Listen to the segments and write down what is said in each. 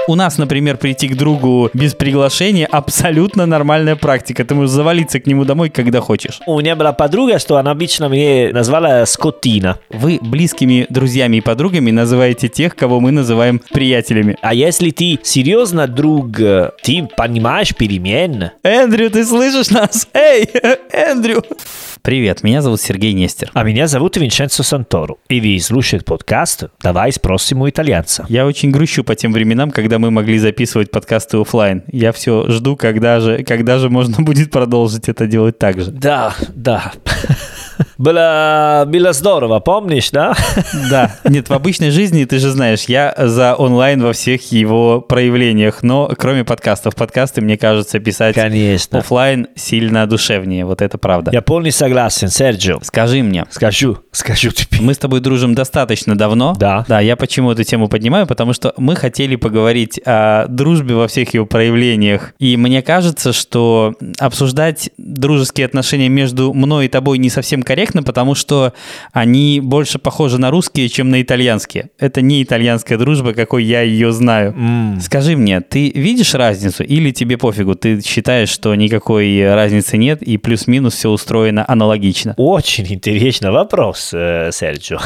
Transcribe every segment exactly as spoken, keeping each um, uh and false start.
у нас, например, прийти к другу без приглашения абсолютно нормальная практика. Ты можешь завалиться к нему домой, когда хочешь. У меня была подруга, что она обычно меня назвала скотина. Вы близкими друзьями и подругами называете тех, кого мы называем приятелями. А если ты серьезно друг, ты понимаешь перемен? Эндрю, ты слышишь нас? Эй, Эндрю! Привет, меня зовут Сергей Нестер. А меня зовут Винченцо Санторо. И вы слушаете подкаст «Давай спросим у итальянца». Я очень грущу по тем временам, когда мы могли записывать подкасты офлайн. Я все жду, когда же, когда же можно будет продолжить это делать так же. Да, да. Было, было здорово, помнишь, да? Да. Нет, в обычной жизни, ты же знаешь, я за онлайн во всех его проявлениях, но кроме подкастов. Подкасты, мне кажется, писать Конечно. Офлайн сильно душевнее, вот это правда. Я полностью согласен, Серджио. Скажи мне. Скажу, скажу тебе. Мы с тобой дружим достаточно давно. Да. Да, я почему эту тему поднимаю, потому что мы хотели поговорить о дружбе во всех его проявлениях. И мне кажется, что обсуждать дружеские отношения между мной и тобой не совсем корректно, потому что они больше похожи на русские, чем на итальянские. Это не итальянская дружба, какой я ее знаю. Mm. Скажи мне, ты видишь разницу или тебе пофигу? Ты считаешь, что никакой разницы нет и плюс-минус все устроено аналогично? Очень интересный вопрос, Серджио.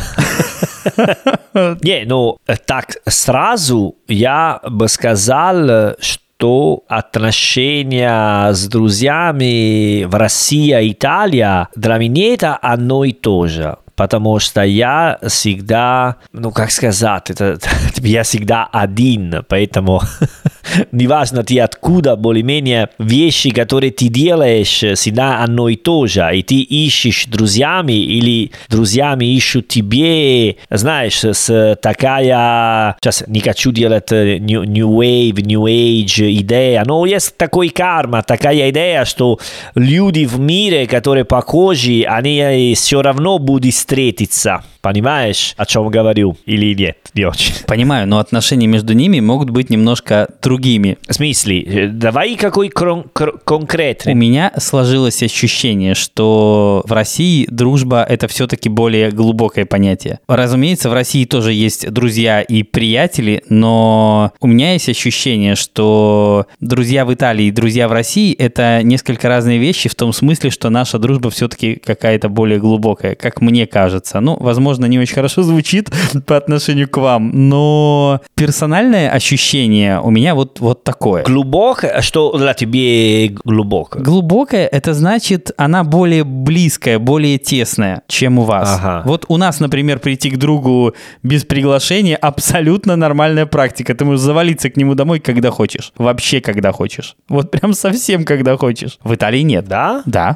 Не, ну так сразу я бы сказал, что что отношения с друзьями в России и Италии для меня это одно и то же. Потому что я всегда, ну как сказать, это, я всегда один, поэтому неважно ты откуда, более-менее вещи, которые ты делаешь, всегда одно и то же. И ты ищешь друзьями или друзьями ищут тебе, знаешь, с такая, сейчас не хочу делать new, new wave, new age идея, но есть такой карма, такая идея, что люди в мире, которые похожи, они все равно будут встретиться. Понимаешь, о чем говорю? Или нет? Не очень. Понимаю, но отношения между ними могут быть немножко другими. В смысле? Давай какой крон- кр- конкретный. У меня сложилось ощущение, что в России дружба – это все-таки более глубокое понятие. Разумеется, в России тоже есть друзья и приятели, но у меня есть ощущение, что друзья в Италии и друзья в России – это несколько разные вещи в том смысле, что наша дружба все-таки какая-то более глубокая, как мне кажется. Ну, возможно, не очень хорошо звучит по отношению к вам, но персональное ощущение у меня вот, вот такое. Глубокое? Что для тебя глубоко? Глубокое – это значит, она более близкая, более тесная, чем у вас. Ага. Вот у нас, например, прийти к другу без приглашения – абсолютно нормальная практика. Ты можешь завалиться к нему домой, когда хочешь. Вообще, когда хочешь. Вот прям совсем, когда хочешь. В Италии нет. Да? Да.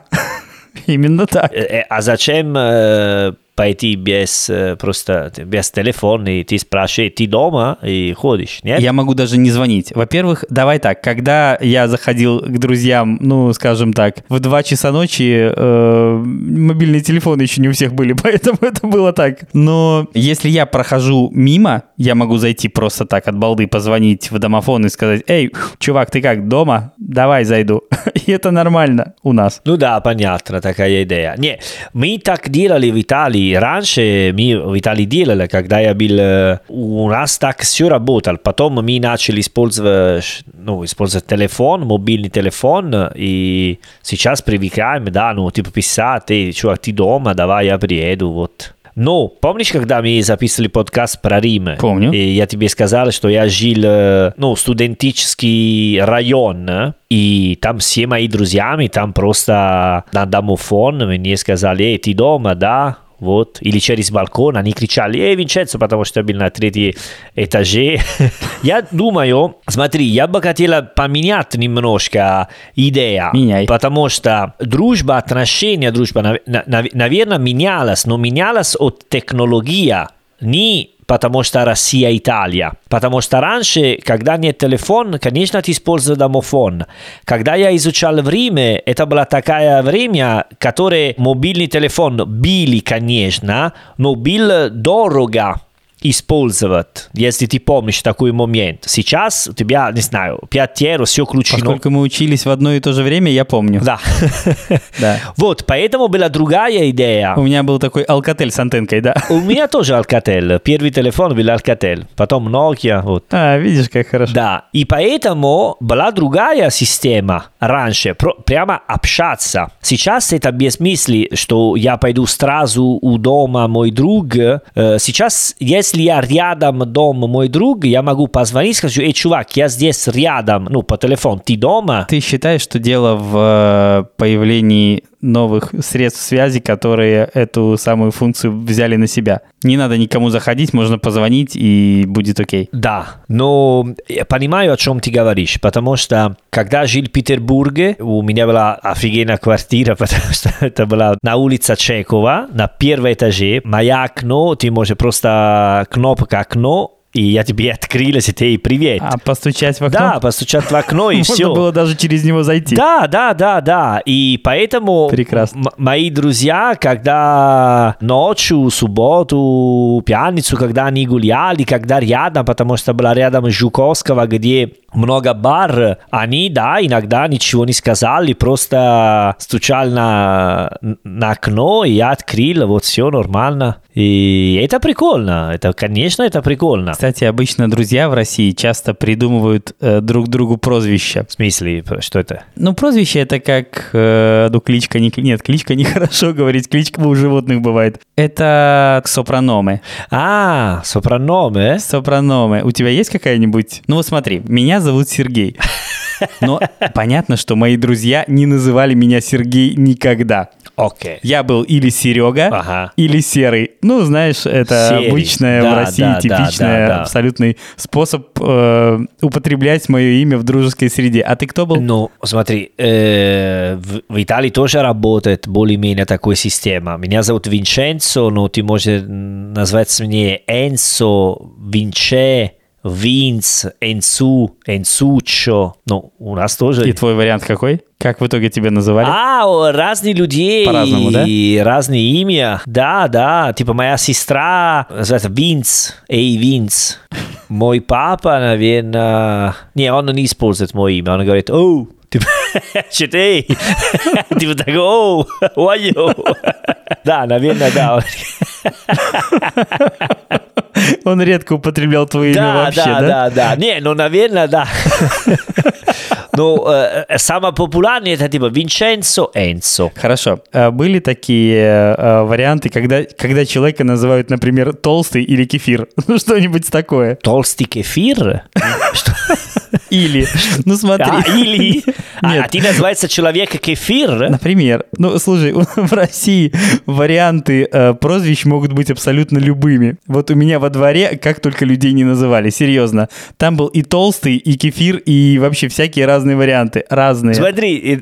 Именно так. А зачем э, пойти без, э, просто без телефона, и ты спрашиваешь, ты дома и ходишь, нет? Я могу даже не звонить. Во-первых, давай так, когда я заходил к друзьям, ну, скажем так, в два часа ночи, э, мобильные телефоны еще не у всех были, поэтому это было так. Но если я прохожу мимо, я могу зайти просто так от балды, позвонить в домофон и сказать: «Эй, чувак, ты как, дома? Давай зайду». И это нормально у нас. Ну да, понятно, такая идея. Не, мы так делали в Италии. Раньше мы в Италии делали, когда я был... У нас так все работало. Потом мы начали использовать, ну, использовать телефон, мобильный телефон, и сейчас привыкаем, да, ну, типа писать: «Эй, чувак, ты дома? Давай я приеду», вот. Но помнишь, когда мы записывали подкаст про Рим? Помню. И я тебе сказал, что я жил, ну, студенческий район, и там все мои друзья, там просто на домофон мне сказали: «Эй, ты дома, да?» Вот. Или через балкон они кричали: «Эй, Винченцо», потому что я был на третьем этаже. Я думаю, смотри, я бы хотел поменять немножко идею. Меняй. Потому что дружба, отношения, дружба, наверное, менялась, но менялась от технологии, не потому что Россия и Италия. Потому что раньше, когда нет телефона, конечно, ты использовал домофон. Когда я изучал в Риме, это было такое время, которое мобильный телефон был, конечно, но был дорого. использовать, если ты помнишь такой момент. Сейчас у тебя, не знаю, пять евро, все включено. Поскольку мы учились в одно и то же время, я помню. Да. Да. Вот, поэтому была другая идея. У меня был такой Alcatel с антенкой, да. У меня тоже Alcatel. Первый телефон был Alcatel, потом Nokia. Вот. А, видишь, как хорошо. Да, и поэтому была другая система раньше, про, прямо общаться. Сейчас это без мысли, что я пойду сразу у дома мой друг. Э, сейчас, если я рядом дома мой друг, я могу позвонить, скажу, эй, чувак, я здесь рядом, ну, по телефону, ты дома? Ты считаешь, что дело в появлении новых средств связи, которые эту самую функцию взяли на себя? Не надо никому заходить, можно позвонить, и будет окей. Да, но я понимаю, о чем ты говоришь, потому что, когда жил в Петербурге, у меня была офигенная квартира, потому что это была на улице Чехова, на первом этаже. Мое окно, ты можешь просто кнопка окно, и я тебе открыл, и тебе привет. А постучать в окно? Да, постучать в окно, и все. Можно было даже через него зайти. Да, да, да, да. И поэтому Прекрасно. мои друзья, когда ночью, субботу, пятницу, когда они гуляли, когда рядом, потому что была рядом Жуковского, где много бар, они, да, иногда ничего не сказали, просто стучали на, на окно, и я открыл, вот все нормально. И это прикольно, это, конечно, это прикольно. Кстати, обычно друзья в России часто придумывают э, друг другу прозвища. В смысле, что это? Ну, прозвище это как, э, ну, кличка, не, нет, кличка нехорошо говорить, кличка у животных бывает. Это сопрономы. А, сопрономы? Сопрономы. У тебя есть какая-нибудь? Ну, вот смотри, меня зовут Сергей. Но понятно, что мои друзья не называли меня Сергей никогда. Окей. Я был или Серега, ага. или Серый. Ну, знаешь, это Серый. обычная Да, в России да, типичная да, да, да. абсолютный способ э, употреблять мое имя в дружеской среде. А ты кто был? Ну, смотри, э, в, в Италии тоже работает более-менее такая система. Меня зовут Винченцо, но ты можешь назвать меня Энсо, Винче, Винц, Энсу, Энсучо. Ну, у нас тоже... И твой вариант какой? Как в итоге тебя называли? А, разные люди. По-разному, да? И разные имя. Да, да. Типа моя сестра называется Винц. Эй, Винц. Мой папа, наверное... Не, он не использует мое имя. Он говорит, оу, типа, читай. Типа такой, оу, вайо. Да, наверное, да. Он редко употреблял твое имя вообще, да? Да, да, да. Не, ну, наверное, да. Ну, э, самое популярное это типа Винченцо, Энцо. Хорошо. А были такие э, варианты, когда, когда человека называют, например, толстый или кефир? Ну, что-нибудь такое. Толстый кефир? Или. Ну, смотри. А, или? Нет. А ты называется человек кефир? Например. Ну, слушай, в России варианты э, прозвищ могут быть абсолютно любыми. Вот у меня во дворе, как только людей не называли, серьезно. Там был и толстый, и кефир, и вообще всякие разные варианты. Разные. Смотри.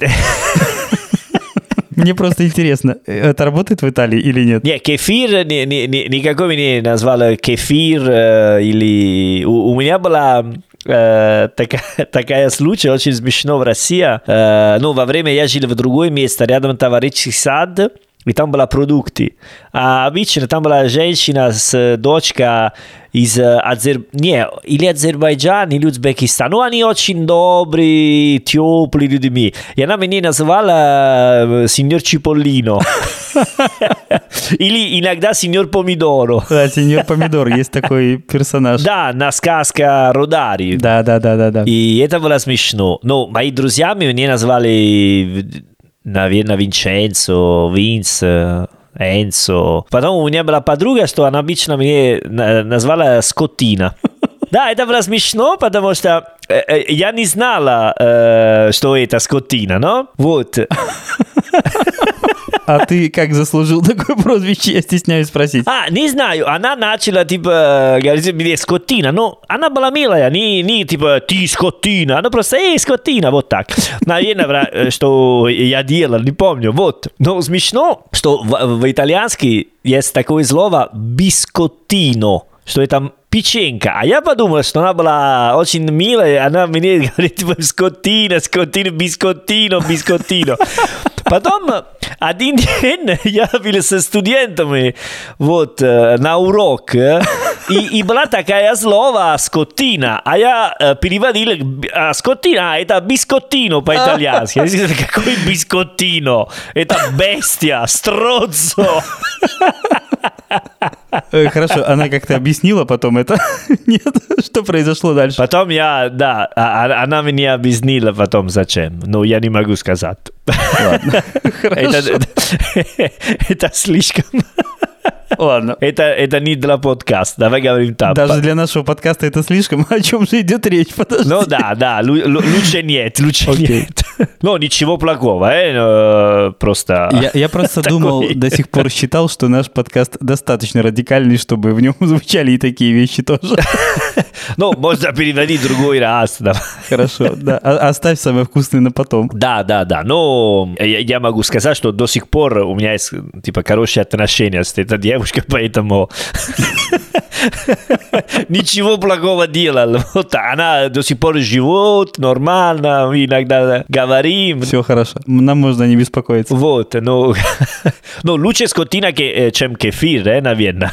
Мне просто интересно, это работает в Италии или нет? Не, кефир, ни, ни, ни, никакой не назвал кефир, э, или... У, у меня была... Uh, такая, такая случай, очень смешно в России. Uh, ну, во время я жил в другое место, рядом товарищеский сад, и там были продукты. А обычно там была женщина с дочкой из Азер... Не, или Азербайджана, или Узбекистана. Ну, они очень добрые, теплые людьми. И она меня называла сеньор Чиполлино. Или иногда сеньор Помидоро. Да, сеньор Помидор, есть такой персонаж. Да, на сказка Родари. Да, да, да, да, да. И это было смешно. Но мои друзья меня назвали, наверное, Винченцо, Винс, Энцо. Потом у меня была подруга, что она обычно меня назвала Скотина. Да, это было смешно, потому что э, я не знала, э, что это скотина, но вот. А ты как заслужил такое прозвище, я стесняюсь спросить. А, не знаю, она начала, типа, говорить мне скотина, но она была милая, не, не типа, ты скотина, она просто, эй, скотина, вот так. Наверное, что я делал, не помню, вот. Но смешно, что в, в итальянский есть такое слово бискоттино, что это печенька. А я подумал, что она была очень милая, она мне говорит, типа, скотина, скотина, бискоттино, бискоттино. Потом один день я был со студентами вот, на урок, и, и была такая слово «скотина», а я переводил «скотина» — это «бискоттино» по-итальянски. Какой бискоттино? Это бестия, строзzo. Хорошо, она как-то объяснила потом это? Нет? Что произошло дальше? Потом я, да, она мне объяснила потом зачем, но я не могу сказать. Ладно, хорошо. Это, это слишком... Ладно. Это, это не для подкаста, давай говорим так. Даже для нашего подкаста это слишком. О чем же идет речь? Подожди. Ну да, да, лучше нет, лучше okay. нет. Ну, ничего плохого, э, но просто... Я, я просто думал, до сих пор считал, что наш подкаст достаточно радикальный, чтобы в нем звучали и такие вещи тоже. Ну, можно переводить в другой раз. Да. Хорошо, да. Оставь самое вкусное на потом. Да, да, да. Но я, я могу сказать, что до сих пор у меня есть, типа, хорошие отношения с этой девушкой, поэтому ничего плохого делал. Вот она до сих пор живет нормально, мы иногда говорим. Все хорошо, нам можно не беспокоиться. Вот, ну, ну лучше скотина, чем кефир, э, наверное.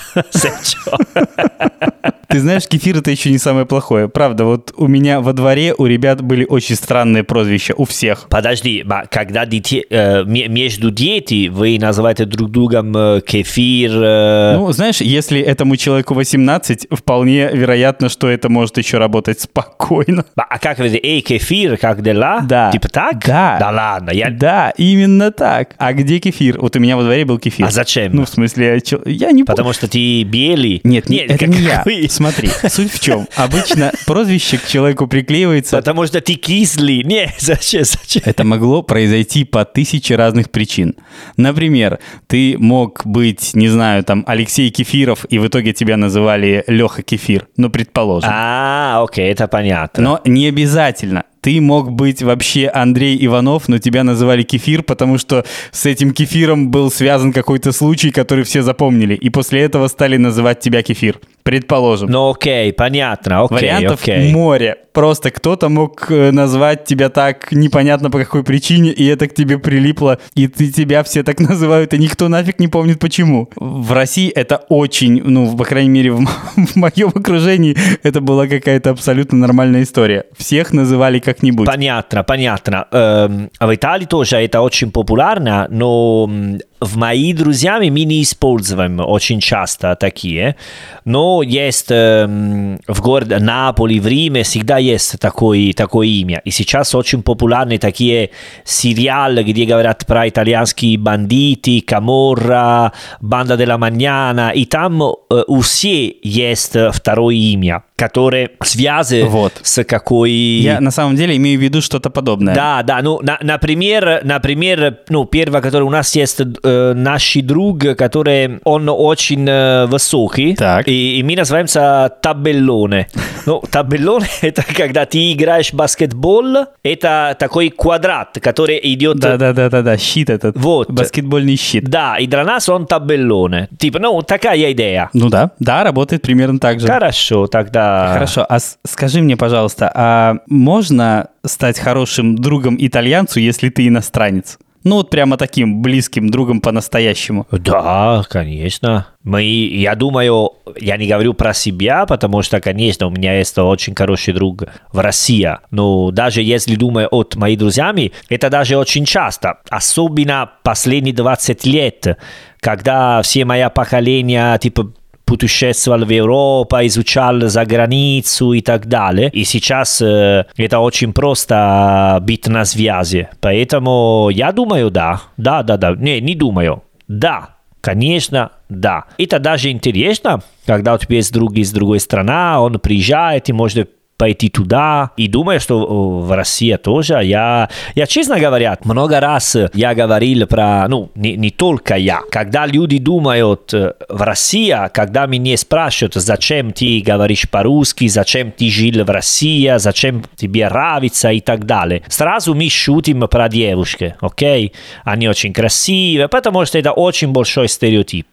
Ты знаешь, кефир — это еще не самое плохое. Правда, вот у меня во дворе у ребят были очень странные прозвища, у всех. Подожди, когда дети, э, между детьми вы называете друг другом э, кефир... Э... Ну, знаешь, если этому человеку восемнадцать, вполне вероятно, что это может еще работать спокойно. А как вы говорите, эй, кефир, как дела? Да. Типа так? Да. Да ладно. Я... Да, именно так. А где кефир? Вот у меня во дворе был кефир. А зачем? Ну, в смысле, я, я не помню. Потому что ты белый? Нет, Нет это как... не я. Смотри, суть в чем? Обычно прозвище к человеку приклеивается... Потому что ты кислый. Не, зачем, зачем? Это могло произойти по тысяче разных причин. Например, ты мог быть, не знаю, там, Алексей Кефиров, и в итоге тебя называли Леха Кефир. Ну, предположим. А, окей, это понятно. Но не обязательно. Ты мог быть вообще Андрей Иванов, но тебя называли Кефир, потому что с этим кефиром был связан какой-то случай, который все запомнили. И после этого стали называть тебя Кефир. Предположим. Ну окей, понятно, окей, Вариантов окей. море. Просто кто-то мог назвать тебя так непонятно по какой причине, и это к тебе прилипло, и ты, тебя все так называют, и никто нафиг не помнит почему. В России это очень, ну, по крайней мере, в, в моем окружении это была какая-то абсолютно нормальная история. Всех называли как-нибудь. Понятно, понятно. Эм, в Италии тоже это очень популярно, но в мои друзья мы не используем очень часто такие. Но есть эм, в городе Наполи, в Риме всегда есть такое, такое имя. И сейчас очень популярны такие сериалы, где говорят про итальянские бандиты, Каморра, Банда делла Маньяна. И там э, у всех есть второе имя, которое связано вот. с какой... Я на самом деле имею в виду что-то подобное. Да, да. Ну, на, например, например, ну, первое, которое у нас есть, э, наш друг, который, он очень э, высокий. Так. И, и мы называемся табеллоне. Ну, табеллоне — это когда ты играешь в баскетбол, это такой квадрат, который идет... Да-да-да, щит этот, вот. Баскетбольный щит. Да, и для нас он табеллоне. Типа, ну, такая идея. Ну да, да, работает примерно так же. Хорошо, тогда... Хорошо, а с- скажи мне, пожалуйста, а можно стать хорошим другом итальянцу, если ты иностранец? Ну, вот прямо таким близким другом по-настоящему. Да, конечно. Мы, я думаю, я не говорю про себя, потому что, конечно, у меня есть очень хороший друг в России. Но даже если думаю от моих друзей, это даже очень часто. Особенно последние двадцать лет, когда все мои поколения, типа, путешествовал в Европу, изучал за границу и так далее. И сейчас э, это очень просто быть на связи. Поэтому я думаю, да. Да, да, да. Не, не думаю. Да, конечно, да. Это даже интересно, когда у тебя есть друг из другой страны, он приезжает и может пойти туда. И думаю, что в России тоже. Я, я, честно говоря, много раз я говорил про, ну, не, не только я. Когда люди думают в России, когда меня спрашивают, зачем ты говоришь по-русски, зачем ты жил в России, зачем тебе нравится и так далее. Сразу мы шутим про девушки, окей? Они очень красивые, потому что это очень большой стереотип.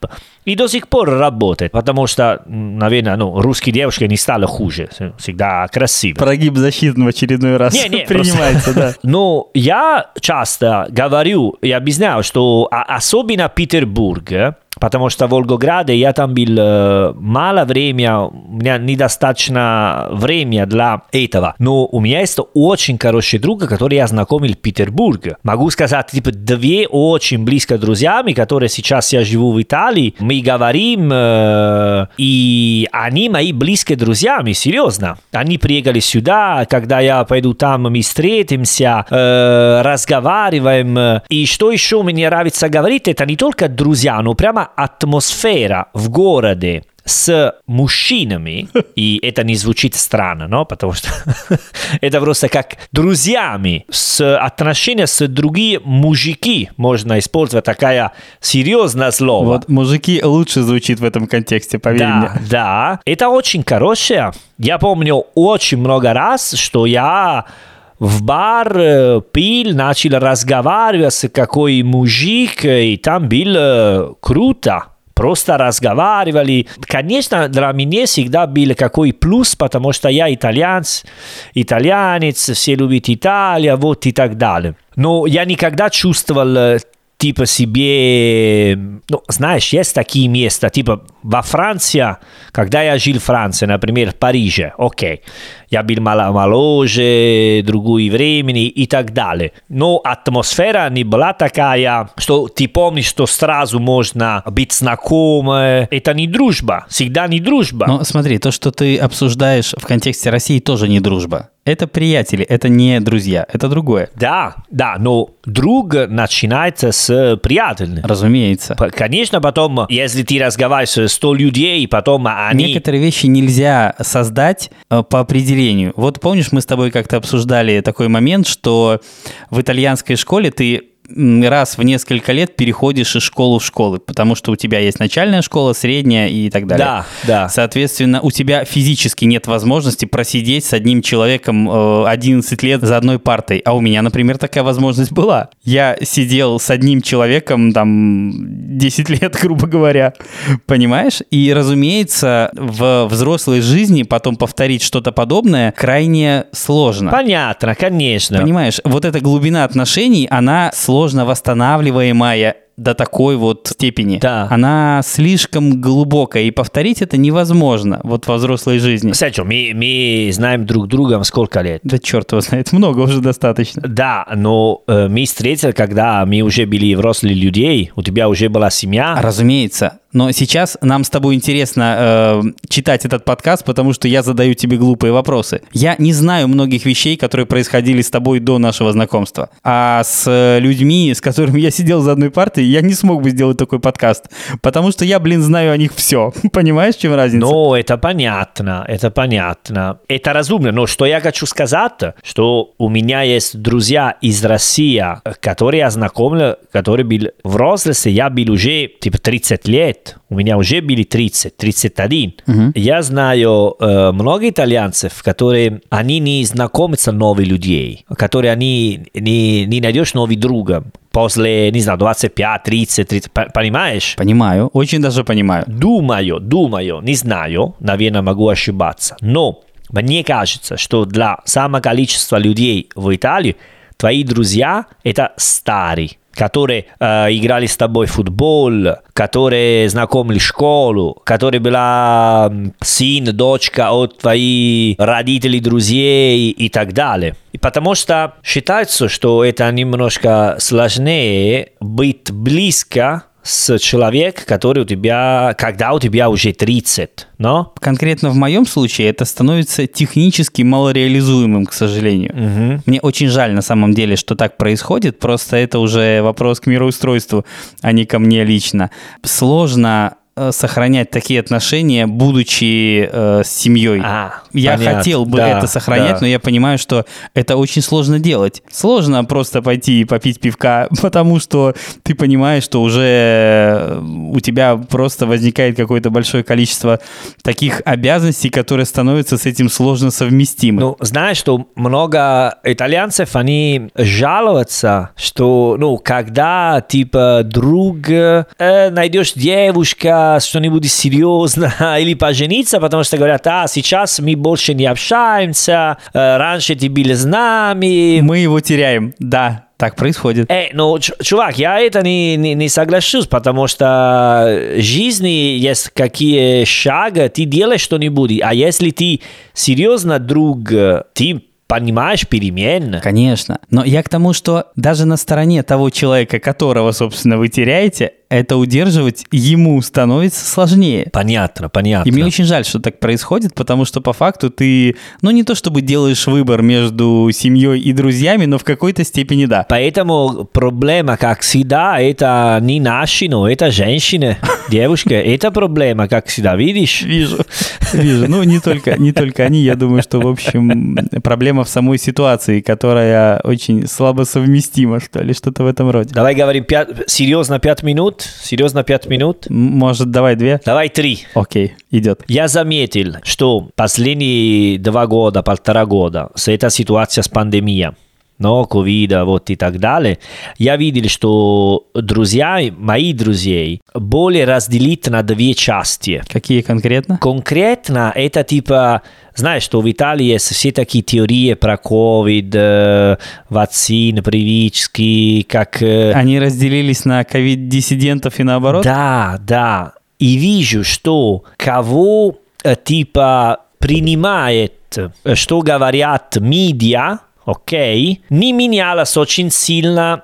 И до сих пор работает, потому что, наверное, ну, русские девушки не стали хуже, всегда красивые. Прогиб защитный в очередной раз не, не, принимается, да. Но я часто говорю и объясняю, что особенно Петербург, потому что в Волгограде я там был э, мало времени, у меня недостаточно времени для этого. Но у меня есть очень хороший друг, который я знакомил в Петербурге. Могу сказать, типа, две очень близкие друзьями, которые сейчас я живу в Италии. Мы говорим, э, и они мои близкие друзьями, серьезно. Они приехали сюда, когда я пойду там, мы встретимся, э, разговариваем. И что еще мне нравится говорить, это не только друзья, но прямо атмосфера в городе с мужчинами, и это не звучит странно, но потому что это просто как друзьями, с отношения с другими мужики, можно использовать такая серьезное слово. Вот мужики лучше звучит в этом контексте, поверь да, мне. Да, это очень хорошее. Я помню очень много раз, что я в бар пил, начал разговаривать с какой мужик, и там было круто. Просто разговаривали. Конечно, для меня всегда был какой плюс, потому что я итальянец, итальянец, все любят Италию, вот и так далее. Но я никогда чувствовал типа себе, ну, знаешь, есть такие места, типа во Франции, когда я жил в Франции, например, в Париже, окей, я был мало, моложе, другое времени и так далее. Но атмосфера не была такая, что ты помнишь, что сразу можно быть знакомым. Это не дружба, всегда не дружба. Но смотри, то, что ты обсуждаешь в контексте России, тоже не дружба. Это приятели, это не друзья, это другое. Да, да, но друг начинается с приятельных. Разумеется. Конечно, потом, если ты разговариваешь с сто людей, потом они... Некоторые вещи нельзя создать э, по определению. Вот помнишь, мы с тобой как-то обсуждали такой момент, что в итальянской школе ты раз в несколько лет переходишь из школы в школу, потому что у тебя есть начальная школа, средняя и так далее. Да, да. Соответственно, у тебя физически нет возможности просидеть с одним человеком э, одиннадцать лет за одной партой. А у меня, например, такая возможность была. Я сидел с одним человеком там десять лет, грубо говоря. Понимаешь? И, разумеется, в взрослой жизни потом повторить что-то подобное крайне сложно. Понятно, конечно. Понимаешь, вот эта глубина отношений, она сложно восстанавливаемая до такой вот степени. Да. Она слишком глубокая, и повторить это невозможно вот во взрослой жизни. Кстати, мы, мы знаем друг друга сколько лет? Да черт его знает, много уже достаточно. Да, но э, мы встретились, когда мы уже были взрослые люди, у тебя уже была семья. Разумеется. Но сейчас нам с тобой интересно э, читать этот подкаст, потому что я задаю тебе глупые вопросы. Я не знаю многих вещей, которые происходили с тобой до нашего знакомства. А с людьми, с которыми я сидел за одной партой, я не смог бы сделать такой подкаст. Потому что я, блин, знаю о них все. Понимаешь, в чем разница? Ну, это понятно, это понятно. Это разумно, но что я хочу сказать, что у меня есть друзья из России, которые я знакомил, которые были взрослые, я был уже типа тридцать лет. У меня уже были тридцать, тридцать один. Uh-huh. Я знаю э, много итальянцев, которые они не знакомятся с новыми людьми, которые они не, не найдешь новых друга после, не знаю, двадцать пять, тридцать, тридцать, понимаешь? Понимаю, очень даже понимаю. Думаю, думаю, не знаю, наверное, могу ошибаться, но мне кажется, что для самого количества людей в Италии твои друзья – это старые, которые э, играли с тобой в футбол, которые знакомили школу, которые была сын, дочка от твоих родителей, друзей и так далее. И потому что считается, что это немножко сложнее быть близко с человеком, который у тебя, когда у тебя уже тридцать, но? Конкретно в моем случае это становится технически малореализуемым, к сожалению. Угу. Мне очень жаль на самом деле, что так происходит, просто это уже вопрос к мироустройству, а не ко мне лично. Сложно сохранять такие отношения, будучи э, с семьей. А, я понятно. хотел бы да, это сохранять, да. но я понимаю, что это очень сложно делать. Сложно просто пойти и попить пивка, потому что ты понимаешь, что уже у тебя просто возникает какое-то большое количество таких обязанностей, которые становятся с этим сложно совместимы. Ну, знаешь, что много итальянцев, они жалуются, что, ну, когда, типа, друг, э, найдешь девушку, что-то, что-нибудь серьезное или пожениться, потому что говорят, а, сейчас мы больше не общаемся, раньше ты был с нами. Мы его теряем, да. Так происходит. Э, ну, ч- чувак, я это не, не, не соглашусь, потому что в жизни есть какие шаги, ты делаешь что-нибудь, а если ты серьезно друг, ты понимаешь перемены. Конечно. Но я к тому, что даже на стороне того человека, которого, собственно, вы теряете, это удерживать ему становится сложнее. Понятно, понятно. И мне очень жаль, что так происходит, потому что по факту ты, ну не то чтобы делаешь выбор между семьей и друзьями, но в какой-то степени да. Поэтому проблема, как всегда, это не наши, но это женщины, девушки. Это проблема, как всегда, видишь? Вижу, вижу. Ну не только, не только они, я думаю, что, в общем, проблема в самой ситуации, которая очень слабо совместима, что ли, что-то в этом роде. Давай говорим пять, серьезно пять минут. Серьезно пять минут? Может, давай две? Давай три. Окей, идет. Я заметил, что последние два года, полтора года, с этой ситуацией с пандемией, но ковида, вот и так далее, я видел, что друзья, мои друзья, более разделить на две части. Какие конкретно? Конкретно это типа, знаешь, что в Италии есть все такие теории про ковид, э, вакцин, привычки, как... Э... Они разделились на ковид-диссидентов и наоборот? Да, да. И вижу, что кого э, типа принимает, э, что говорят медиа, окей, не менялась очень сильно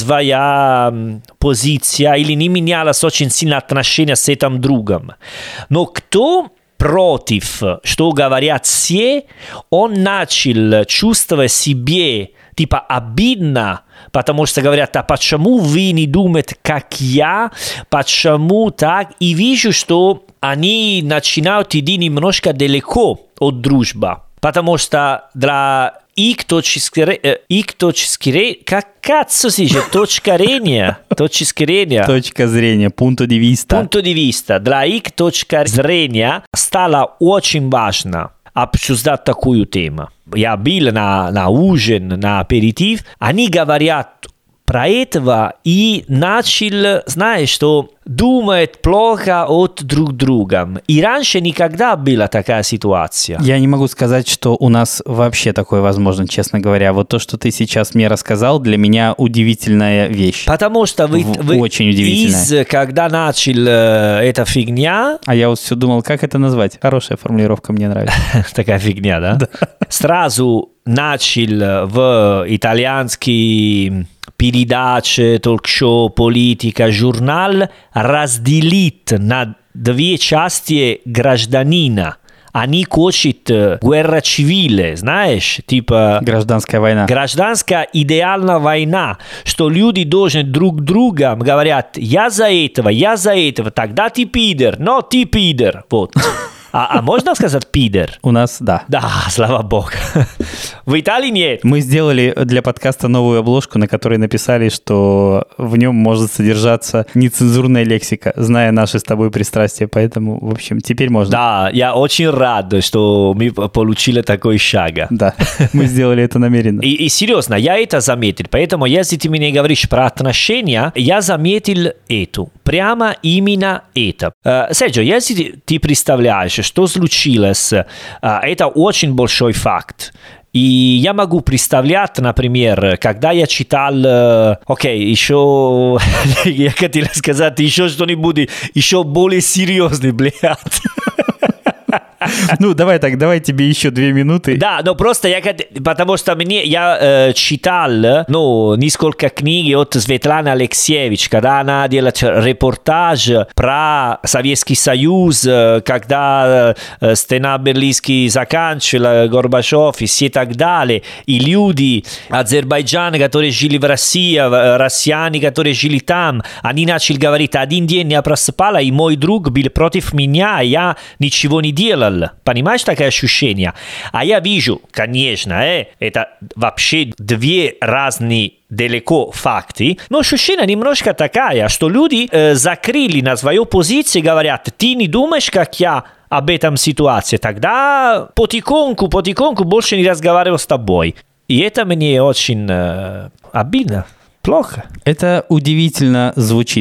своя позиция или не менялась очень сильно отношения с этим другом. Но кто против, что говорят все, он начал чувствовать себе типа обидно, потому что говорят, а почему вы не думаете, как я, почему так? И вижу, что они начинают идти немножко далеко от дружбы, потому что для их точки зрения, их точки зрения, как cazzo si dice, точка зрения, точка зрения, точка зрения, punto di vista. Punto di vista, для их точка зрения стало очень важно обсуждать такую тему. Я был на, на ужин, на аперитив, они говорят про этого и начал, знаешь, что думает плохо от друг друга. И раньше никогда была такая ситуация. Я не могу сказать, что у нас вообще такое возможно, честно говоря. Вот то, что ты сейчас мне рассказал, для меня удивительная вещь. Потому что вы, в, вы очень удивительная. Из, когда начал э, эта фигня... А я вот все думал, как это назвать? Хорошая формулировка, мне нравится. Такая фигня, да? Сразу начал в итальянский... передачи, ток-шоу, политика, журнал разделит на две части гражданина. Они хотят guerra civile, знаешь, типа... Гражданская война. Гражданская идеальная война, что люди должны друг другу говорят, я за этого, я за этого, тогда ты пидор, но ты пидор, вот. А, а можно сказать пидор? У нас, да. Да, слава богу. В Италии нет. Мы сделали для подкаста новую обложку, на которой написали, что в нем может содержаться нецензурная лексика, зная наши с тобой пристрастия. Поэтому, в общем, теперь можно. Да, я очень рад, что мы получили такой шаг. Да, мы сделали это намеренно. И, и серьезно, я это заметил. Поэтому, если ты мне говоришь про отношения, я заметил это. Прямо именно это. Серджио, если ты представляешь, что случилось, это очень большой факт. И я могу представлять, например, когда я читал, окей, okay, еще, я хотел сказать еще что-нибудь, еще более серьезный, блядь. Ну, давай так, давай тебе еще две минуты. Да, но просто я, потому что мне, я э, читал, ну, несколько книг от Светланы Алексеевич, когда она делает репортаж про Советский Союз, когда э, стена Берлинский заканчивала, Горбачев и все так далее, и люди Азербайджана, которые жили в России, россияне, которые жили там, они начали говорить, один день я просыпала, и мой друг был против меня, я ничего не делал. Понимаешь, такое ощущение? А я вижу, конечно, э, это вообще две разные далеко факты, но ощущение немножко такая, что люди э, закрыли на свою позицию и говорят, ты не думаешь, как я об этом ситуации, тогда потихоньку, потихоньку больше не разговариваю с тобой. И это мне очень э, обидно, плохо. Это удивительно звучит.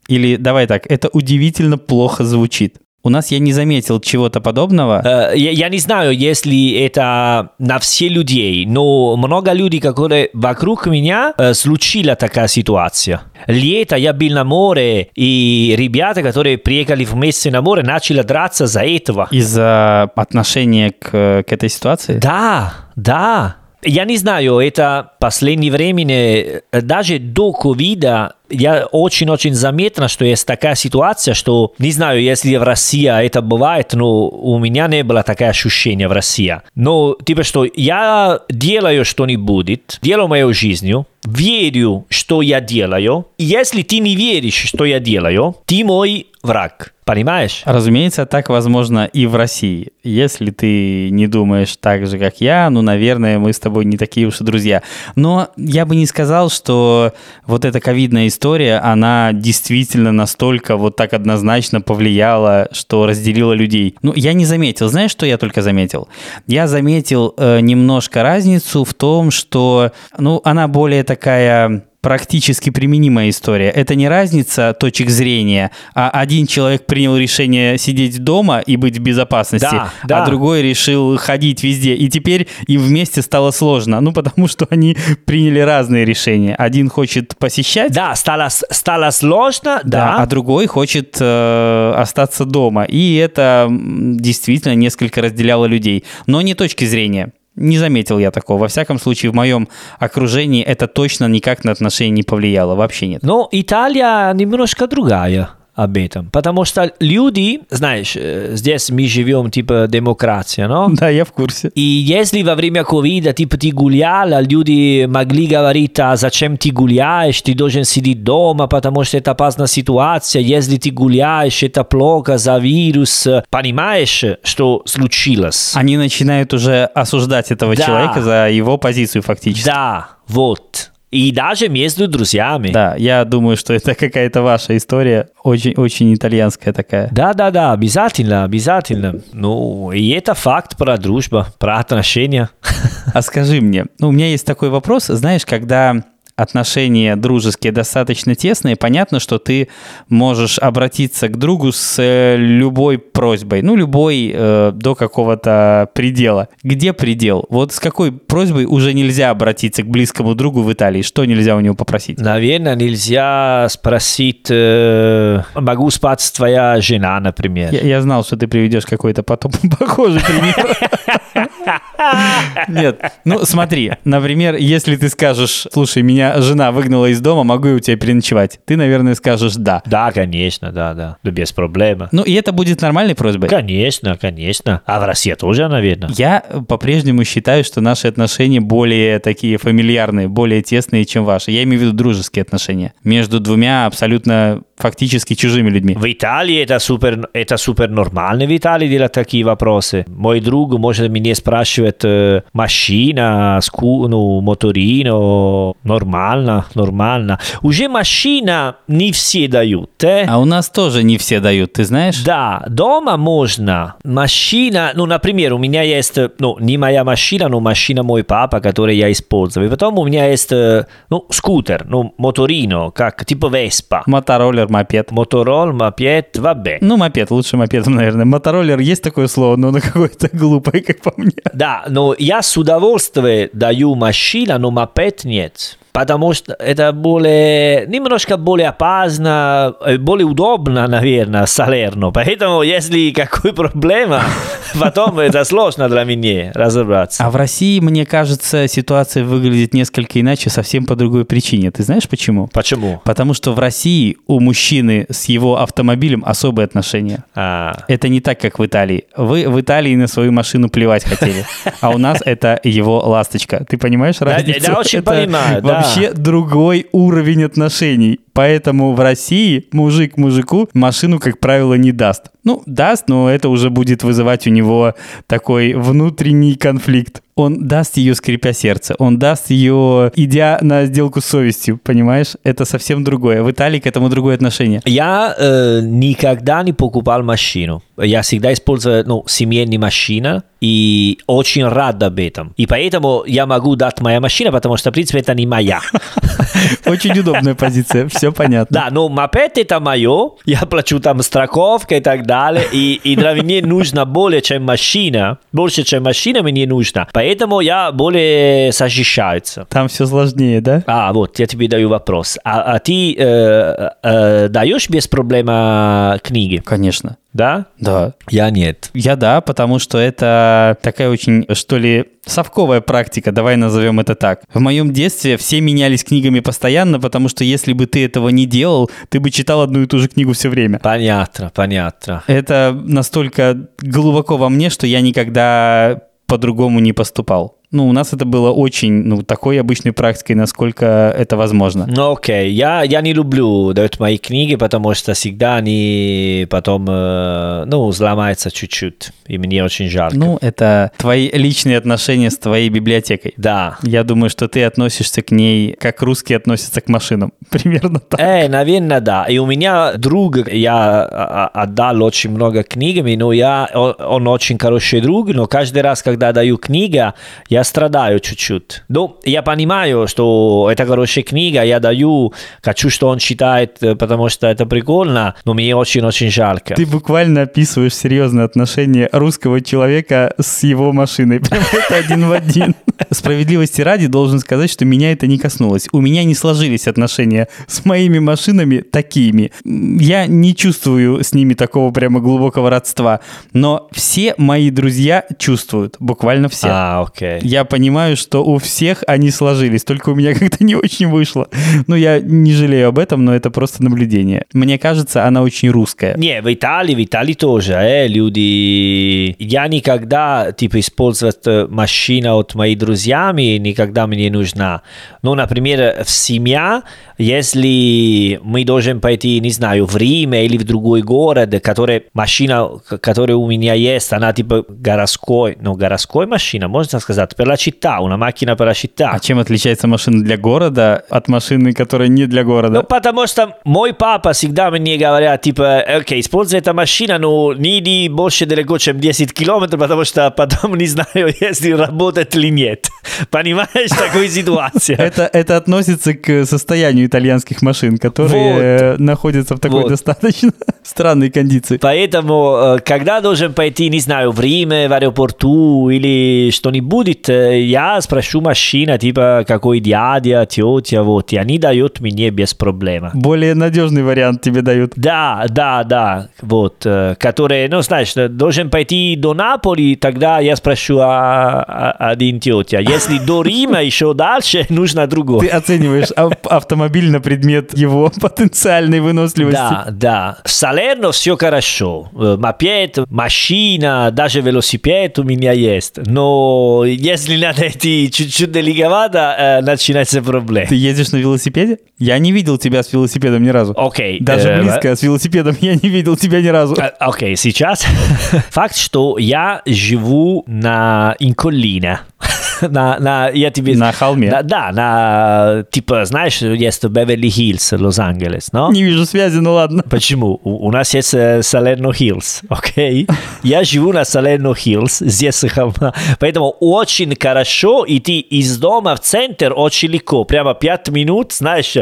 Или, давай так, это удивительно плохо звучит. У нас я не заметил чего-то подобного. Uh, я, я не знаю, если это на все людей, но много людей, которые вокруг меня, uh, случилась такая ситуация. Лето я был на море, и ребята, которые приехали вместе на море, начали драться за этого. Из-за отношения к, к этой ситуации? Да, да. Я не знаю, это в последнее время, даже до ковида, я очень-очень заметно, что есть такая ситуация, что, не знаю, если в России это бывает, но у меня не было такое ощущение в России. Но, типа, что я делаю что-нибудь, делаю мою жизнь, верю, что я делаю, и если ты не веришь, что я делаю, ты мой враг. Понимаешь? Разумеется, так возможно и в России. Если ты не думаешь так же, как я, ну, наверное, мы с тобой не такие уж и друзья. Но я бы не сказал, что вот эта ковидная история, она действительно настолько вот так однозначно повлияла, что разделила людей. Ну, я не заметил. Знаешь, что я только заметил? Я заметил э, немножко разницу в том, что, ну, она более такая... практически применимая история. Это не разница точек зрения, а один человек принял решение сидеть дома и быть в безопасности, да, да. а другой решил ходить везде. И теперь им вместе стало сложно. Ну, потому что они приняли разные решения. Один хочет посещать. Да, стало, стало сложно, да. да. А другой хочет э, остаться дома. И это действительно несколько разделяло людей. Но не точки зрения. Не заметил я такого. Во всяком случае, в моем окружении это точно никак на отношения не повлияло. Вообще нет. Но Италия немножко другая об этом. Потому что люди, знаешь, здесь мы живем типа демократия, но? Да, я в курсе. И если во время ковида типа ты гулял, люди могли говорить, а зачем ты гуляешь, ты должен сидеть дома, потому что это опасная ситуация, если ты гуляешь, это плохо за вирус. Понимаешь, что случилось? Они начинают уже осуждать этого да. человека за его позицию фактически. Да, вот. И даже между друзьями. Да, я думаю, что это какая-то ваша история, очень-очень итальянская такая. Да-да-да, обязательно, обязательно. Ну, и это факт про дружбу, про отношения. А скажи мне, ну, у меня есть такой вопрос, знаешь, когда... отношения дружеские достаточно тесные, понятно, что ты можешь обратиться к другу с любой просьбой, ну, любой э, до какого-то предела. Где предел? Вот с какой просьбой уже нельзя обратиться к близкому другу в Италии? Что нельзя у него попросить? Наверное, нельзя спросить, э, могу спать с твоя жена, например. Я, я знал, что ты приведешь какой-то потом похожий пример. Нет, ну смотри, например, если ты скажешь, слушай, меня жена выгнала из дома, могу я у тебя переночевать? Ты, наверное, скажешь да. Да, конечно, да, да, да, без проблем. Ну и это будет нормальной просьбой? Конечно, конечно. А в России тоже, наверное. Я по-прежнему считаю, что наши отношения более такие фамильярные, более тесные, чем ваши. Я имею в виду дружеские отношения между двумя абсолютно фактически чужими людьми. В Италии это супер, это супер нормально в Италии делать такие вопросы. Мой друг может меня спрашивать, э, машина, ску, ну, моторино, нормально, нормально. Уже машина не все дают. Э? А у нас тоже не все дают, ты знаешь? Да, дома можно. Машина, ну, например, у меня есть, ну, не моя машина, но машина мой папа, который я использую. И потом у меня есть, ну, скутер, ну, моторино, как типа Веспа. Мотороллер, мопед. Мотороллер, мопед, vabbè. Ну, мопед, лучше мопедом, наверное. Мотороллер, есть такое слово, но оно какое-то глупое, как по мне. Да, но я с удовольствием даю машину, но мопед нет. Потому что это более, немножко более опасно, более удобно, наверное, Салерно. Поэтому, если какая проблема, потом это сложно для меня разобраться. А в России, мне кажется, ситуация выглядит несколько иначе, совсем по другой причине. Ты знаешь почему? Почему? Потому что в России у мужчины с его автомобилем особые отношения. А. Это не так, как в Италии. Вы в Италии на свою машину плевать хотели, а у нас это его ласточка. Ты понимаешь разницу? Да, очень понимаю, да. Вообще другой уровень отношений. Поэтому в России мужик мужику машину, как правило, не даст. Ну, даст, но это уже будет вызывать у него такой внутренний конфликт. Он даст ее, скрипя сердце. Он даст ее, идя на сделку с совестью, понимаешь? Это совсем другое. В Италии к этому другое отношение. Я э, никогда не покупал машину. Я всегда использую, ну, семейную машину и очень рад об этом. И поэтому я могу дать моя машина, потому что, в принципе, это не моя. Очень удобная позиция, все понятно. Да, но мопед это мое, я плачу там страховка и так далее, и, и для меня нужно более, чем машина, больше, чем машина мне нужно, поэтому я более защищаюсь. Там все сложнее, да? А, вот, я тебе даю вопрос. А, а ты э, э, даешь без проблема книги? Конечно. Да? Да. Я нет. Я да, потому что это такая очень, что ли, совковая практика, давай назовем это так. В моем детстве все менялись книгами постоянно, потому что если бы ты этого не делал, ты бы читал одну и ту же книгу все время. Понятно, понятно. Это настолько глубоко во мне, что я никогда по-другому не поступал. Ну, у нас это было очень, ну, такой обычной практикой, насколько это возможно. Ну, окей. Я, я не люблю давать мои книги, потому что всегда они потом, э, ну, сломаются чуть-чуть, и мне очень жалко. Ну, это твои личные отношения с твоей библиотекой. Да. Я думаю, что ты относишься к ней, как русские относятся к машинам. Примерно так. Э, наверное, да. И у меня друг, я отдал очень много книгами, но я, он, он очень хороший друг, но каждый раз, когда даю книгу, я страдаю чуть-чуть. Ну, я понимаю, что это хорошая книга, я даю, хочу, что он читает, потому что это прикольно, но мне очень-очень жалко. Ты буквально описываешь серьезные отношения русского человека с его машиной. Прям это один в один. Справедливости ради должен сказать, что меня это не коснулось. У меня не сложились отношения с моими машинами такими. Я не чувствую с ними такого прямо глубокого родства. Но все мои друзья чувствуют. Буквально все. А, окей. Я понимаю, что у всех они сложились, только у меня как-то не очень вышло. Ну, я не жалею об этом, но это просто наблюдение. Мне кажется, она очень русская. Не, в Италии, в Италии тоже, э, люди... Я никогда, типа, использовать машину от моих друзьями, никогда мне не нужна. Ну, например, в семье, если мы должны пойти, не знаю, в Рим или в другой город, который, машина, которая у меня есть, она, типа, городской, ну, городской машина, можно сказать, per la città, una macchina per la città. А чем отличается машина для города от машины, которая не для города? Ну, потому что мой папа всегда мне говорит, типа, окей, используй эту машину, но не иди больше далеко, чем десять километров, потому что потом не знаю, если работает или нет. Понимаешь, такую ситуацию? Это, это относится к состоянию итальянских машин, которые вот. находятся в такой вот. достаточно странной кондиции. Поэтому, когда должен пойти, не знаю, в Рим, в аэропорту или что-нибудь, я спрошу машина, типа, какой дядя, тетя, вот, и они дают мне без проблем. Более надежный вариант тебе дают. Да, да, да, вот, который, ну, знаешь, должен пойти до Наполи, тогда я спрошу а, а, один тетя. Если до Рима еще дальше, нужно другое. Ты оцениваешь автомобиль на предмет его потенциальной выносливости. Да, да. В Салерно все хорошо. Мопед, машина, даже велосипед у меня есть. Но если надо идти чуть-чуть далековато, начинаются проблемы. Ты едешь на велосипеде? Я не видел тебя с велосипедом ни разу. Окей. Okay. Даже uh, близко uh, с велосипедом я не видел тебя ни разу. Окей, okay, сейчас факт, что я живу на in colline. на, на, я тебе... на холме? На, да, на, типа, знаешь, есть Беверли-Хиллз, Лос-Анджелес, но? Не вижу связи, ну ладно. Почему? У, у нас есть Салерно-Хиллз, окей? Okay? Я живу на Салерно-Хиллз, здесь холма, поэтому очень хорошо идти из дома в центр очень легко, прямо пять минут, знаешь,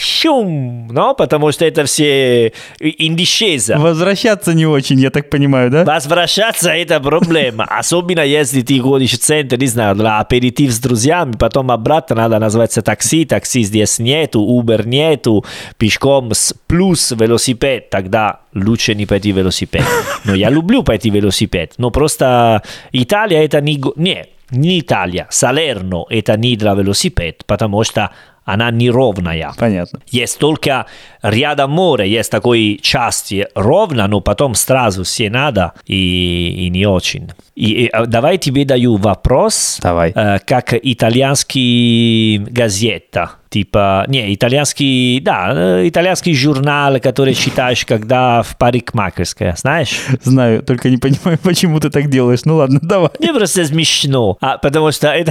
шум, но, потому что это все индишеза. Возвращаться не очень, я так понимаю, да? Возвращаться это проблема, особенно если ты ходишь в центр, не знаю, для аперитив с друзьями, потом обратно надо назваться такси, такси здесь нету, Uber нету, пешком плюс велосипед, тогда лучше не пойти велосипед. Но я люблю пойти велосипед, но просто Италия это не... Не, не Италия, Салерно это не для велосипед, потому что она неровная. Понятно. Есть только рядом море, есть такой части ровно, но потом сразу все надо и, и не очень. И, и давай тебе даю вопрос. Давай. Э, как итальянский газета. Типа, не, итальянский, да, итальянский журнал, который читаешь, когда в парикмахерской, знаешь? Знаю, только не понимаю, почему ты так делаешь. Ну ладно, давай. Мне просто смешно, а, потому что это,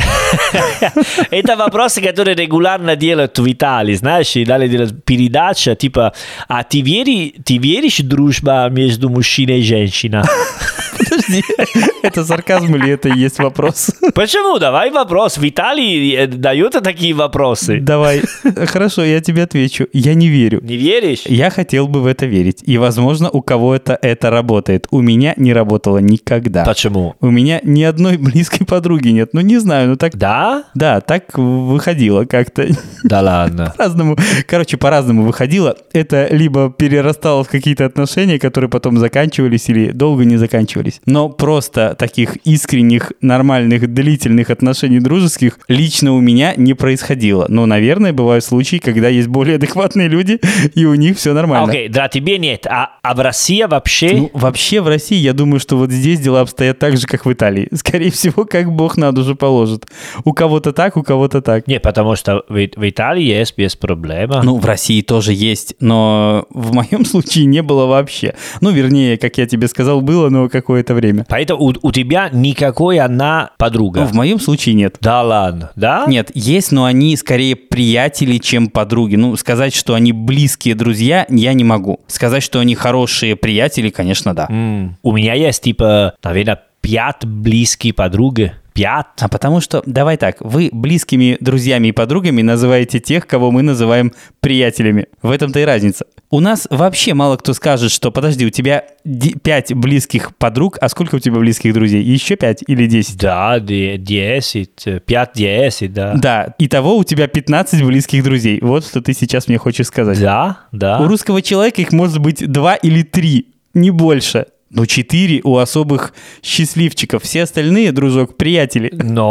это вопросы, которые регулярно делают в Италии, знаешь, и далее делают передача, типа, а ты, вери, ты веришь в дружбу между мужчиной и женщиной? Подожди, это сарказм или это и есть вопрос? Почему? Давай вопрос. В Италии дают такие вопросы. Давай. Хорошо, я тебе отвечу. Я не верю. Не веришь? Я хотел бы в это верить. И, возможно, у кого-то это работает. У меня не работало никогда. Почему? У меня ни одной близкой подруги нет. Ну, не знаю, ну так... Да? Да, так выходило как-то. Да ладно. По-разному. Короче, по-разному выходило. Это либо перерастало в какие-то отношения, которые потом заканчивались или долго не заканчивались. Но просто таких искренних, нормальных, длительных отношений дружеских лично у меня не происходило. Но, наверное, бывают случаи, когда есть более адекватные люди, и у них все нормально. Окей, okay, да, тебе нет. А, а в России вообще? Ну, вообще в России, я думаю, что вот здесь дела обстоят так же, как в Италии. Скорее всего, как Бог на душу положит. У кого-то так, у кого-то так. Не, потому что в, в Италии есть без проблем. Ну, в России тоже есть, но в моем случае не было вообще. Ну, вернее, как я тебе сказал, было, но какое-то время. Поэтому у, у тебя никакой одна подруга? Ну, в моем случае нет. Да ладно, да? Нет, есть, но они скорее приятели, чем подруги. Ну, сказать, что они близкие друзья, я не могу. Сказать, что они хорошие приятели, конечно, да. Mm. У меня есть, типа, наверное, пять близких подруг. Пять. А потому что, давай так, вы близкими друзьями и подругами называете тех, кого мы называем приятелями. В этом-то и разница. У нас вообще мало кто скажет, что, подожди, у тебя пять близких подруг, а сколько у тебя близких друзей? Еще пять или десять? Да, десять, пять-десять, да. Да, итого у тебя пятнадцать близких друзей. Вот что ты сейчас мне хочешь сказать. Да, да. У русского человека их может быть два или три, не больше. Ну, четыре у особых счастливчиков. Все остальные, дружок, приятели.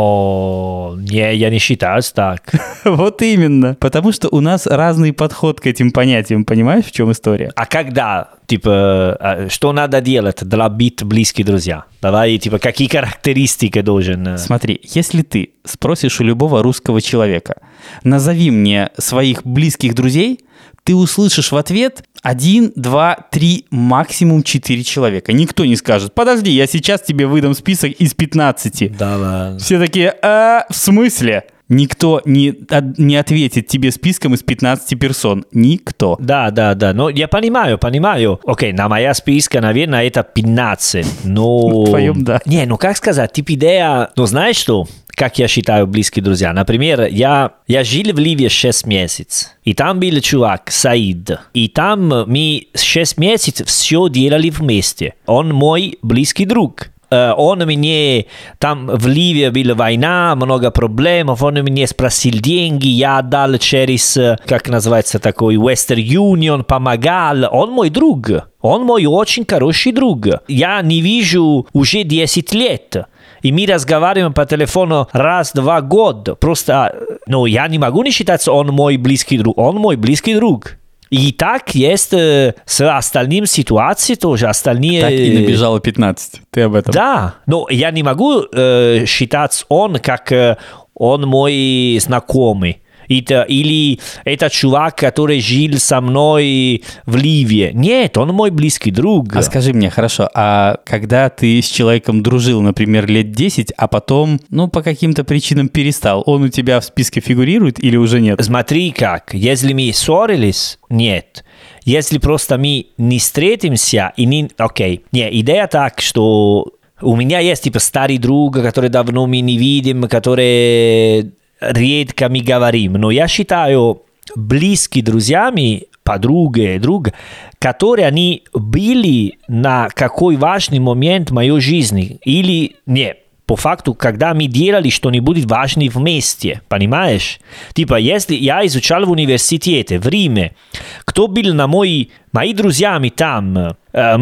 Но не, я не считаю так. Вот именно. Потому что у нас разный подход к этим понятиям. Понимаешь, в чем история? А когда, типа, что надо делать для быть близкими друзья? Давай, типа, какие характеристики должен... Смотри, если ты спросишь у любого русского человека, назови мне своих близких друзей, ты услышишь в ответ один, два, три, максимум четыре человека. Никто не скажет: подожди, я сейчас тебе выдам список из пятнадцати. Да ладно. Все такие: а, в смысле? Никто не, не ответит тебе списком из пятнадцати персон. Никто. Да, да, да. Но я понимаю, понимаю. Окей, на моя списка, наверное, это пятнадцать. Но... В твоем, да. Не, ну как сказать, типа идея... Ну знаешь что? Как я считаю близкие друзья. Например, я, я жил в Ливии шесть месяцев. И там был чувак, Саид. И там мы шесть месяцев все делали вместе. Он мой близкий друг. Он мне, там в Ливии была война, много проблем, он мне спросил деньги, я отдал через, как называется такой, Western Union, помогал. Он мой друг, он мой очень хороший друг. Я не вижу уже десять лет. И мы разговариваем по телефону раз-два года. Просто, ну, я не могу не считать, что он мой близкий друг. Он мой близкий друг. И так есть э, с остальными ситуацией тоже. Остальные... Так и набежало пятнадцать. Ты об этом. Да, но я не могу э, считать он как э, он мой знакомый. Это, или это чувак, который жил со мной в Ливии. Нет, он мой близкий друг. А скажи мне, хорошо, а когда ты с человеком дружил, например, лет десять, а потом, ну, по каким-то причинам перестал, он у тебя в списке фигурирует или уже нет? Смотри как, если мы ссорились, нет. Если просто мы не встретимся и не... Окей, не, идея так, что у меня есть типа старый друг, который давно мы не видим, который... редко мы говорим, но я считаю близкими друзьями, подругой, друг, которые они были на какой важный момент в моей жизни. Или нет, по факту, когда мы делали что-нибудь важное вместе, понимаешь? Типа, если я изучал в университете в Риме, кто был на мои, мои друзьями там,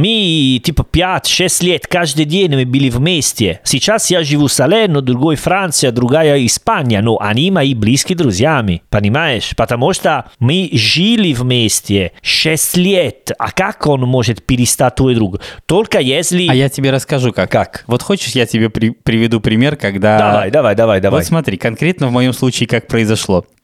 мы типа пять-шесть лет каждый день мы были вместе. Сейчас я живу в Салерно, другой Франция, другая Испания, но они мои близкие друзьями, понимаешь? Потому что мы жили вместе шесть лет. А как он может перестать твой друг? Только если... А я тебе расскажу как. Как? Вот хочешь, я тебе при- приведу пример, когда... Давай, давай, давай, давай. Вот смотри, конкретно в моем случае как произошло.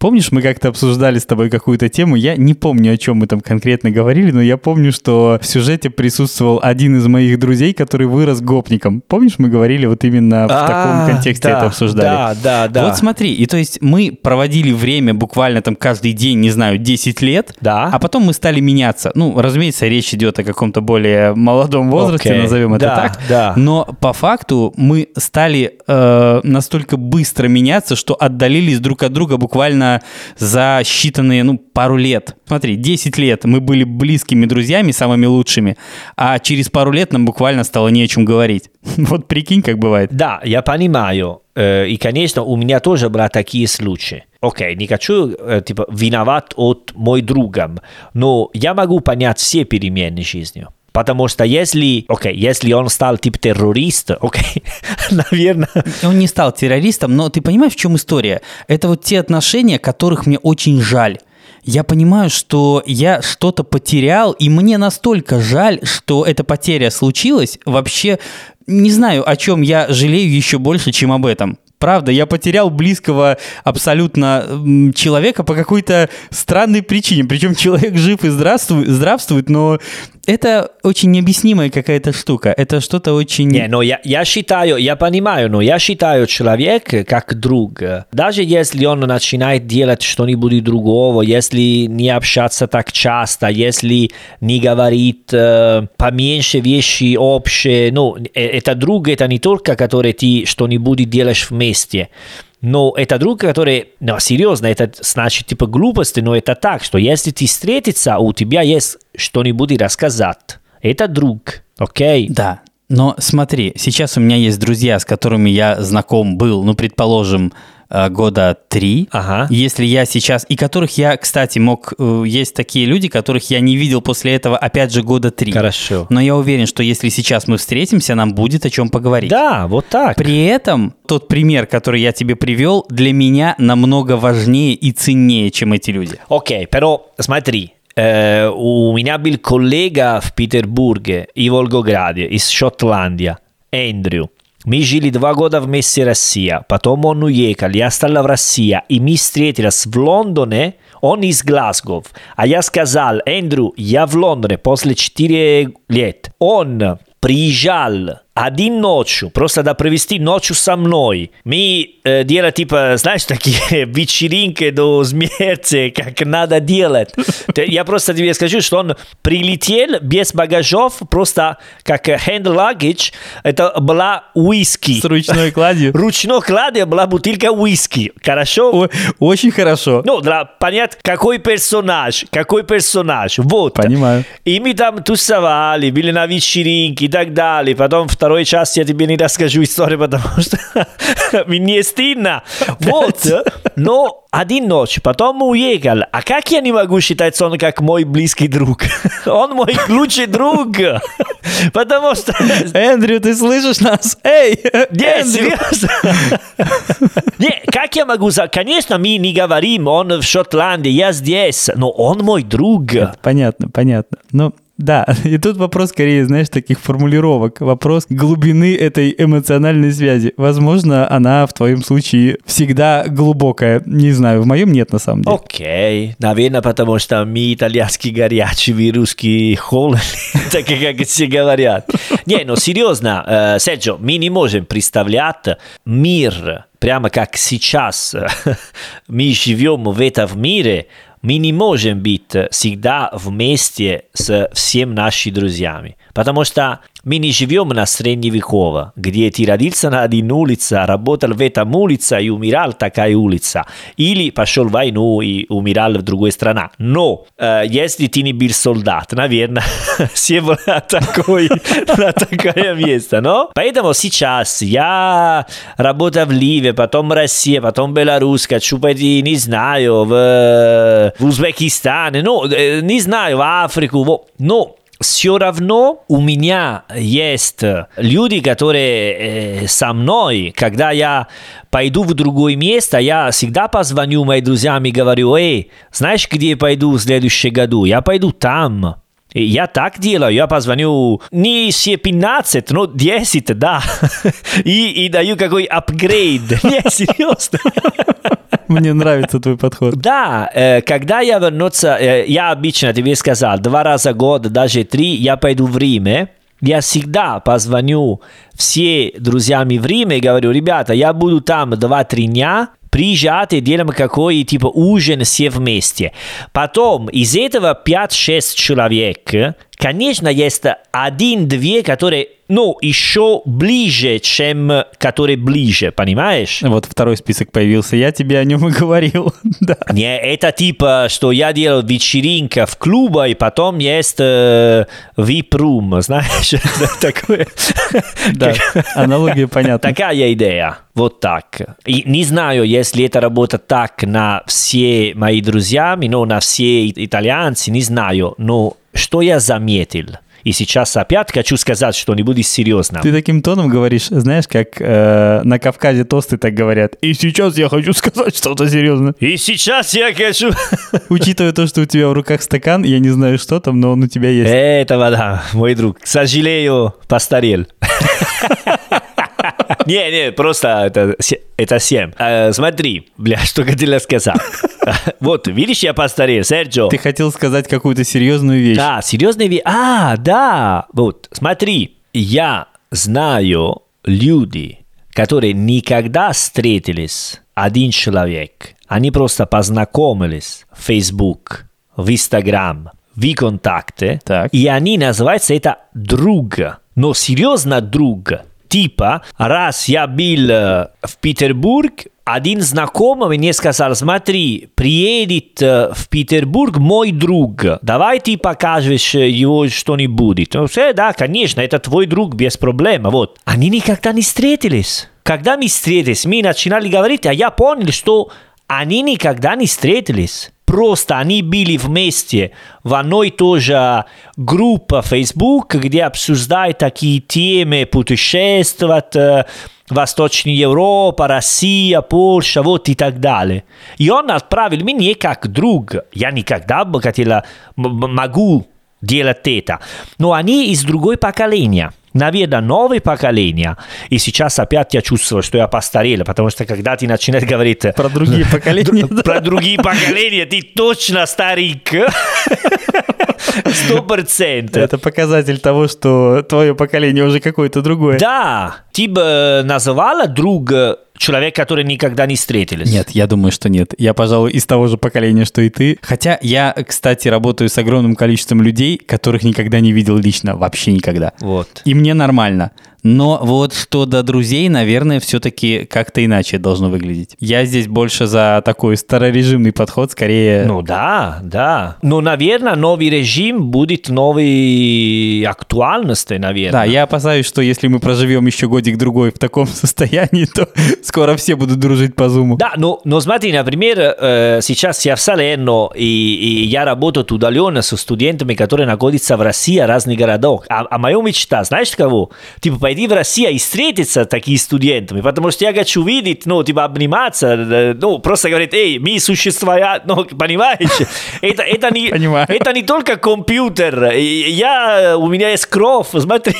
Помнишь, мы как-то обсуждали с тобой какую-то тему? Я не помню, о чем мы там конкретно говорили, но я помню, что в сюжете присутствовал один из моих друзей, который вырос гопником. Помнишь, мы говорили вот именно в А, таком контексте да, это обсуждали? Да, да, да. Вот смотри, и то есть мы проводили время буквально там каждый день, не знаю, десять лет, Да. а потом мы стали меняться. Ну, разумеется, речь идет о каком-то более молодом возрасте, Окей. назовем это Да, так. да. Но по факту мы стали э, настолько быстро меняться, что отдалились друг от друга буквально за считанные, ну, пару лет. Смотри, десять лет мы были близкими друзьями, самыми лучшими, а через пару лет нам буквально стало не о чем говорить. Вот прикинь, как бывает. Да, я понимаю. Э, И, конечно, у меня тоже были такие случаи. Окей, не хочу, э, типа, виноват от мой другом, но я могу понять все перемены жизни. Потому что если, окей, если он стал типа террорист, окей, наверное... Он не стал террористом, но ты понимаешь, в чем история? Это вот те отношения, которых мне очень жаль. Я понимаю, что я что-то потерял, и мне настолько жаль, что эта потеря случилась. Вообще, не знаю, о чем я жалею еще больше, чем об этом. Правда, я потерял близкого абсолютно м, человека по какой-то странной причине. Причем человек жив и здравствует, здравствует, но это очень необъяснимая какая-то штука. Это что-то очень... Не, но я, я считаю, я понимаю, но я считаю человек как друг. Даже если он начинает делать что-нибудь другого, если не общаться так часто, если не говорит э, поменьше вещи общие, ну, э, это друг, это не только, который ты что-нибудь делаешь вместе. Но это друг, который, ну, серьезно, это значит типа глупости, но это так, что если ты встретишься, у тебя есть что-нибудь рассказать. Это друг, окей? Да, но смотри, сейчас у меня есть друзья, с которыми я знаком был, ну, предположим, э, года три. Ага. Если я сейчас... И которых я, кстати, мог... э, Есть такие люди, которых я не видел после этого, опять же, года три. Хорошо. Но я уверен, что если сейчас мы встретимся, нам будет о чем поговорить. Да, вот так. При этом тот пример, который я тебе привел, для меня намного важнее и ценнее, чем эти люди. Окей, però смотри, э, у меня был коллега в Петербурге и Волгограде из Шотландии, Эндрю. Мы жили два года вместе в России, потом он уехал, я стал в России, и мы встретились в Лондоне, он из Глазго. А я сказал, Эндрю, я в Лондоне после четырех лет. Он приезжал один ночью, просто да провести ночью со мной. Мы э, делали, типа, знаешь, такие вечеринки до смерти, как надо делать. Я просто тебе скажу, что он прилетел без багажов, просто как hand luggage. Это была уиски. С ручной кладью. Ручной кладью была бутылка уиски. Хорошо? О, очень хорошо. Ну, для понять, какой персонаж, какой персонаж. Вот. Понимаю. И мы там тусовали, были на вечеринке и так далее. Потом второй час я тебе не расскажу историю, потому что мне стыдно. Вот. Но один ночь, потом уехал. А как я не могу считать он как мой близкий друг? Он мой лучший друг. Потому что... Эндрю, ты слышишь нас? Эй, Не, Эндрю. серьезно. Не, как я могу... за- Конечно, мы не говорим, он в Шотландии, я здесь, но он мой друг. Понятно, понятно. Ну, да, и тут вопрос скорее, знаешь, таких формулировок. Вопрос глубины этой эмоциональной связи. Возможно, она в твоем случае всегда глубокая. Не знаю, в моем нет на самом деле. Окей, наверное, потому что мы итальянские горячие, вы русские холодные, так как все говорят. Не, ну серьезно, э, Серджио, мы не можем представлять мир, прямо как сейчас мы живем в этом мире, мы не можем быть всегда вместе с всеми нашими друзьями. Потому что мы не живем на средневековье, где ты родился на одной улице, работал в этом улице и умирал такая улица. Или пошел в войну и умирал в другой стране. Но э, если ты не был солдат, наверное, все были на такое, на такое место. Но? Поэтому сейчас я работаю в Ливе, потом в России, потом в Беларуси, хочу пойти, не знаю, в, в Узбекистане, ну, не знаю, в Африку. Но все равно у меня есть люди, которые э, со мной, когда я пойду в другое место, я всегда позвоню моим друзьям и говорю, эй, знаешь, где я пойду в следующем году? Я пойду там. И я так делаю, я позвоню не все пятнадцать, но десять, да. И, и даю какой апгрейд. Не, серьезно. Мне нравится твой подход. Да, э, когда я вернуться, э, я обычно тебе сказал, два раза в год, даже три, я пойду в Риме. Я всегда позвоню все друзьям в Риме и говорю, ребята, я буду там два-три дня, приезжайте, делаем какой типа ужин все вместе. Потом из этого пять-шесть человек, конечно, есть один-две, которые, ну, еще ближе, чем которые ближе, понимаешь? Вот второй список появился, я тебе о нем и говорил. Да. Не, это типа, что я делал вечеринка в клубе, и потом есть э, ви ай пи-рум, знаешь? Такое. Да, аналогия понятна. Такая идея. Вот так. И не знаю, если это работает так на все мои друзья, но на все итальянцы, не знаю. Но что я заметил? И сейчас опять хочу сказать что-нибудь серьезное. Ты таким тоном говоришь, знаешь, как э, на Кавказе тосты так говорят. И сейчас я хочу сказать что-то серьезное. И сейчас я хочу... Учитывая то, что у тебя в руках стакан, я не знаю, что там, но он у тебя есть. Это вода, мой друг. К сожалению, постарел. Не, не, просто это, это семь. А, смотри, бля, что хотел сказать. Вот, видишь, я постарел, Серджио. Ты хотел сказать какую-то серьезную вещь. Да, серьезную вещь. А, да. Вот, смотри, я знаю люди, которые никогда встретились, один человек. Они просто познакомились в Facebook, в Instagram, в ВКонтакте. Так. И они называются это друг. Но серьезно друг. Типа, раз я был в Петербург, один знакомый мне сказал, смотри, приедет в Петербург мой друг, давай ты покажешь его что-нибудь. Ну, все, да, конечно, это твой друг, без проблем. Вот. Они никогда не встретились. Когда мы встретились, мы начинали говорить, а я понял, что они никогда не встретились. Просто они были вместе в одной и той же группе Facebook, где обсуждают такие темы, путешествовать, Восточная Европа, Россия, Польша, вот и так далее. И он отправил меня как друг. Я никогда бы хотела, могу делать это. Но они из другой поколения. Наверное, новое поколение. И сейчас опять я чувствую, что я постарел, потому что когда ты начинаешь говорить... Про другие поколения. Про другие поколения, ты точно старик. Сто процентов. Это показатель того, что твое поколение уже какое-то другое. Да. Ты бы называла друга человек, который никогда не встретились? Нет, я думаю, что нет. Я, пожалуй, из того же поколения, что и ты. Хотя я, кстати, работаю с огромным количеством людей, которых никогда не видел лично. Вообще никогда. Вот. И мне нормально. Но вот что до друзей, наверное, все-таки как-то иначе должно выглядеть. Я здесь больше за такой старорежимный подход, скорее... Ну да, да. Но, наверное, новый режим будет новой актуальностью, наверное. Да, я опасаюсь, что если мы проживем еще годик-другой в таком состоянии, то скоро все будут дружить по зуму. Да, но, но смотри, например, э, сейчас я в Салерно, и, и я работаю удаленно со студентами, которые находятся в России, в разных городах. А, а моя мечта, знаешь кого? Типа, пойди в Россию и встретиться с такими студентами, потому что я хочу видеть, ну, типа, обниматься, ну, просто говорить, эй, мы существуем, ну, понимаешь? Это, это, не, это не только компьютер, я, у меня есть кровь, смотри,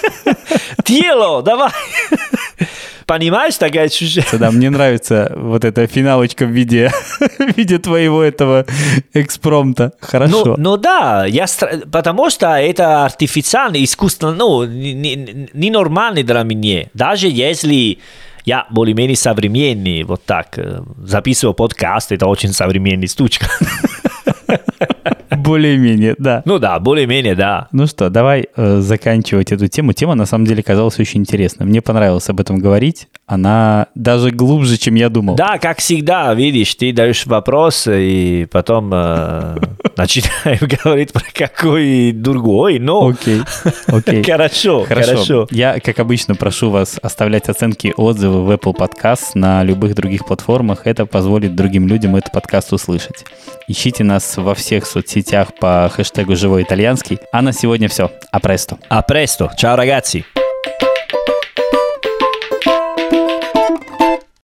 тело, давай. Понимаешь, такая чужая? Да, мне нравится вот эта финалочка в виде, в виде твоего этого экспромта. Хорошо. Ну, ну да, я, потому что это артифициально, искусственно, ну, ненормально для меня. Даже если я более-менее современный, вот так, записываю подкаст, это очень современная штучка. Более-менее, да. Ну да, более-менее, да. Ну что, давай э, заканчивать эту тему. Тема, на самом деле, казалась очень интересной. Мне понравилось об этом говорить. Она даже глубже, чем я думал. Да, как всегда, видишь, ты даешь вопрос, и потом э, начинаем говорить про какой другой, но... Окей, окей. Хорошо, хорошо. Я, как обычно, прошу вас оставлять оценки, отзывы в Apple Podcast, на любых других платформах. Это позволит другим людям этот подкаст услышать. Ищите нас во всех соцсетях по хэштегу «Живой итальянский». А на сегодня все. А престо. А престо. Ciao, ragazzi.